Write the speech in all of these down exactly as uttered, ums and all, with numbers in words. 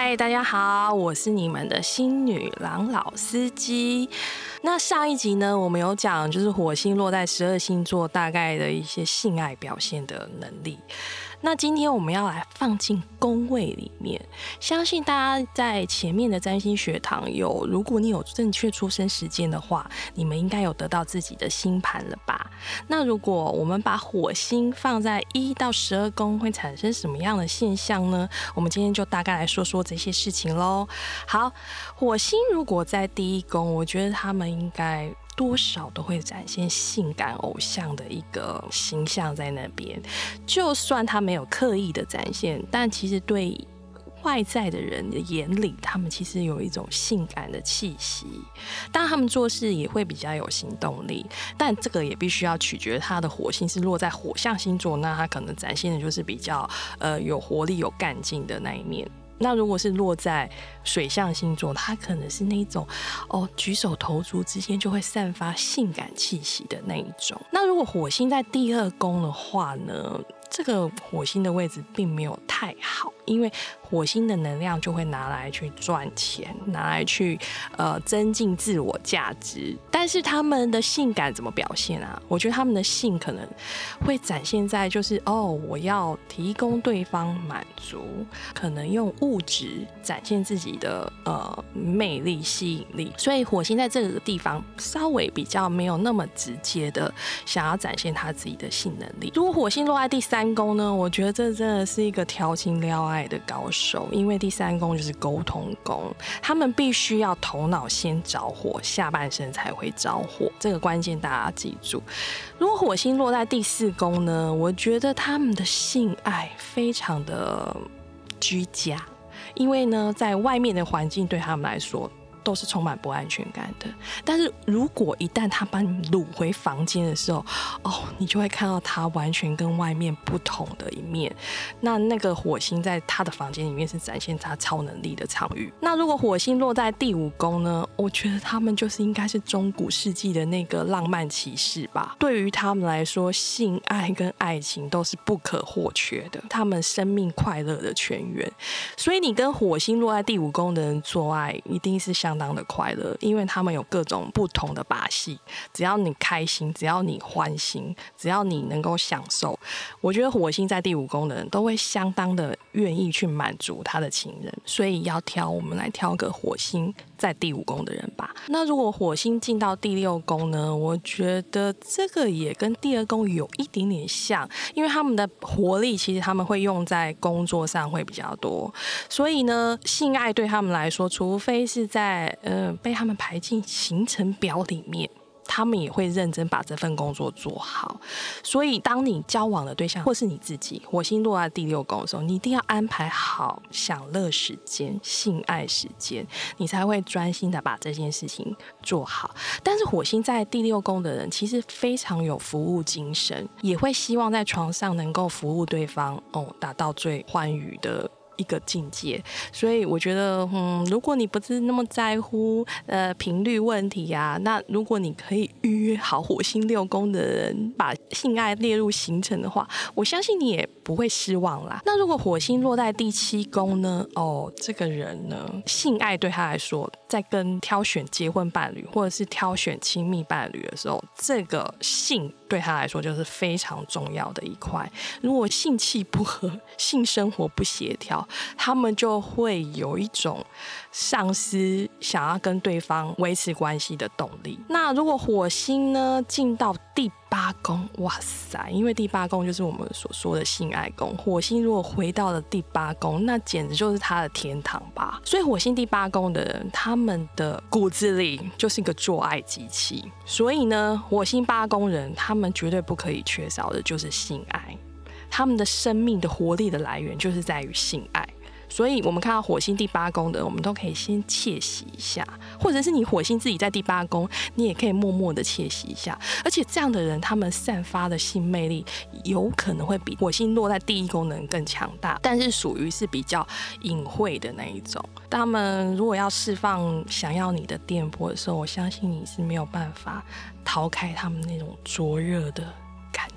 嗨，大家好，我是你们的新女郎老司机。那上一集呢，我们有讲就是火星落在十二星座大概的一些性爱表现的能力。那今天我们要来放进宫位里面，相信大家在前面的占星学堂有，如果你有正确出生时间的话，你们应该有得到自己的星盘了吧？那如果我们把火星放在一到十二宫，会产生什么样的现象呢？我们今天就大概来说说这些事情咯。好，火星如果在第一宫，我觉得他们应该多少都会展现性感偶像的一个形象在那边，就算他没有刻意的展现，但其实对外在的人的眼里，他们其实有一种性感的气息。当然他们做事也会比较有行动力，但这个也必须要取决他的火星是落在火象星座，那他可能展现的就是比较呃有活力有干劲的那一面。那如果是落在水象星座，它可能是那种哦举手投足之间就会散发性感气息的那一种。那如果火星在第二宫的话呢，这个火星的位置并没有太好，因为火星的能量就会拿来去赚钱，拿来去呃增进自我价值。但是他们的性感怎么表现啊？我觉得他们的性可能会展现在就是哦，我要提供对方满足，可能用物质展现自己的呃魅力吸引力。所以火星在这个地方稍微比较没有那么直接的想要展现他自己的性能力。如果火星落在第三宫呢，我觉得这真的是一个调情撩爱的高手，因为第三宫就是沟通宫，他们必须要头脑先着火，下半身才会着火，这个关键大家记住。如果火星落在第四宫呢，我觉得他们的性爱非常的居家，因为呢，在外面的环境对他们来说都是充满不安全感的，但是如果一旦他把你掳回房间的时候，哦，你就会看到他完全跟外面不同的一面。那那个火星在他的房间里面是展现他超能力的场域。那如果火星落在第五宫呢，我觉得他们就是应该是中古世纪的那个浪漫骑士吧。对于他们来说，性爱跟爱情都是不可或缺的，他们生命快乐的泉源。所以你跟火星落在第五宫的人做爱，一定是相当的快乐，因为他们有各种不同的把戏，只要你开心，只要你欢心，只要你能够享受，我觉得火星在第五宫的人都会相当的愿意去满足他的情人。所以要挑，我们来挑个火星在第五宫的人吧。那如果火星进到第六宫呢，我觉得这个也跟第二宫有一点点像，因为他们的活力其实他们会用在工作上会比较多，所以呢，性爱对他们来说，除非是在呃被他们排进行程表里面，他们也会认真把这份工作做好。所以当你交往的对象或是你自己火星落在第六宫的时候，你一定要安排好享乐时间、性爱时间，你才会专心的把这件事情做好。但是火星在第六宫的人其实非常有服务精神，也会希望在床上能够服务对方，哦，达到最欢愉的一个境界。所以我觉得嗯，如果你不是那么在乎呃频率问题啊，那如果你可以预约好火星六宫的人把性爱列入行程的话，我相信你也不会失望啦。那如果火星落在第七宫呢，哦，这个人呢，性爱对他来说，在跟挑选结婚伴侣或者是挑选亲密伴侣的时候，这个性对他来说就是非常重要的一块。如果性气不合，性生活不协调，他们就会有一种丧失想要跟对方维持关系的动力。那如果火星呢进到第八宫，哇塞，因为第八宫就是我们所说的性爱宫，火星如果回到了第八宫，那简直就是他的天堂吧。所以火星第八宫的人，他们的骨子里就是一个做爱机器。所以呢，火星八宫人他们绝对不可以缺少的就是性爱，他们的生命的活力的来源就是在于性爱。所以我们看到火星第八宫的，我们都可以先窃喜一下，或者是你火星自己在第八宫，你也可以默默的窃喜一下。而且这样的人，他们散发的性魅力有可能会比火星落在第一宫的人更强大，但是属于是比较隐晦的那一种。他们如果要释放想要你的电波的时候，我相信你是没有办法逃开他们那种灼热的感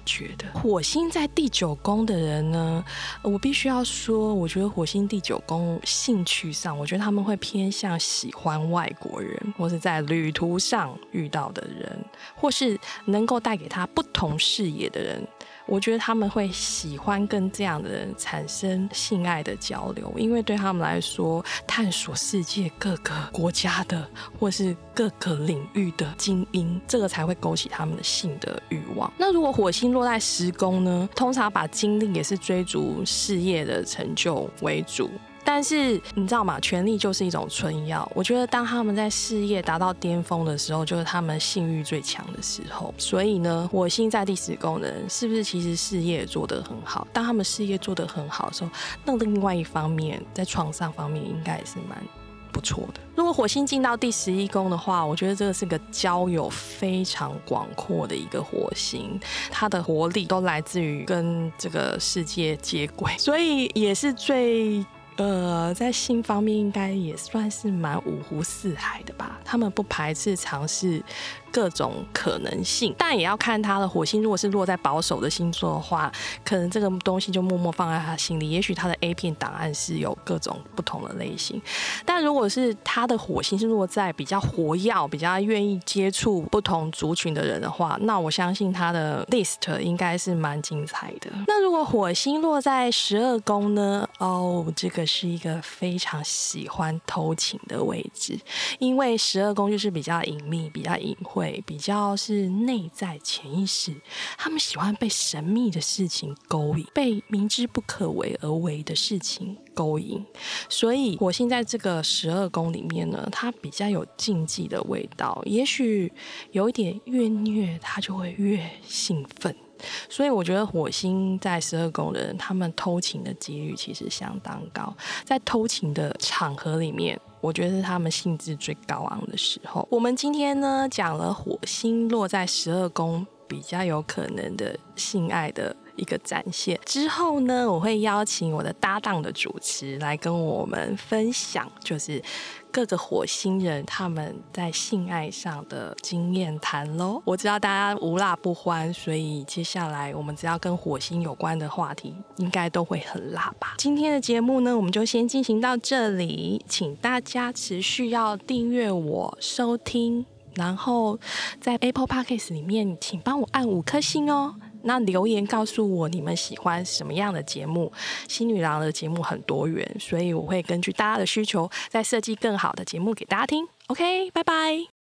觉的。火星在第九宫的人呢，我必须要说，我觉得火星第九宫兴趣上，我觉得他们会偏向喜欢外国人，或是在旅途上遇到的人，或是能够带给他不同视野的人。我觉得他们会喜欢跟这样的人产生性爱的交流，因为对他们来说，探索世界各个国家的或是各个领域的精英，这个才会勾起他们的性的欲望。那如果火星落在十宫呢，通常把精力也是追逐事业的成就为主。但是你知道吗？权力就是一种春药。我觉得当他们在事业达到巅峰的时候，就是他们性欲最强的时候。所以呢，火星在第十宫的人，是不是其实事业做得很好？当他们事业做得很好的时候，那另外一方面，在床上方面应该也是蛮不错的。如果火星进到第十一宫的话，我觉得这个是个交友非常广阔的一个火星，它的活力都来自于跟这个世界接轨，所以也是最呃，在性方面应该也算是蛮五湖四海的吧。他们不排斥尝试各种可能性，但也要看他的火星如果是落在保守的星座的话，可能这个东西就默默放在他心里。也许他的 A 片档案是有各种不同的类型，但如果是他的火星是落在比较活跃、比较愿意接触不同族群的人的话，那我相信他的 list 应该是蛮精彩的。那如果火星落在十二宫呢？哦，这个是一个非常喜欢偷情的位置，因为十二宫就是比较隐秘、比较隐晦、比较是内在潜意识，他们喜欢被神秘的事情勾引，被明知不可为而为的事情勾引。所以火星在这个十二宫里面呢，它比较有禁忌的味道，也许有一点越虐，它就会越兴奋。所以我觉得火星在十二宫的人，他们偷情的几率其实相当高。在偷情的场合里面，我觉得是他们兴致最高昂的时候。我们今天呢讲了火星落在十二宫比较有可能的性爱的一个展现，之后呢我会邀请我的搭档的主持来跟我们分享，就是各个火星人他们在性爱上的经验谈咯。我知道大家无辣不欢，所以接下来我们只要跟火星有关的话题应该都会很辣吧。今天的节目呢我们就先进行到这里，请大家持续要订阅我收听，然后在 Apple Podcast 里面请帮我按五颗星哦。那留言告诉我你们喜欢什么样的节目，新女郎的节目很多元，所以我会根据大家的需求再设计更好的节目给大家听。 OK， 拜拜。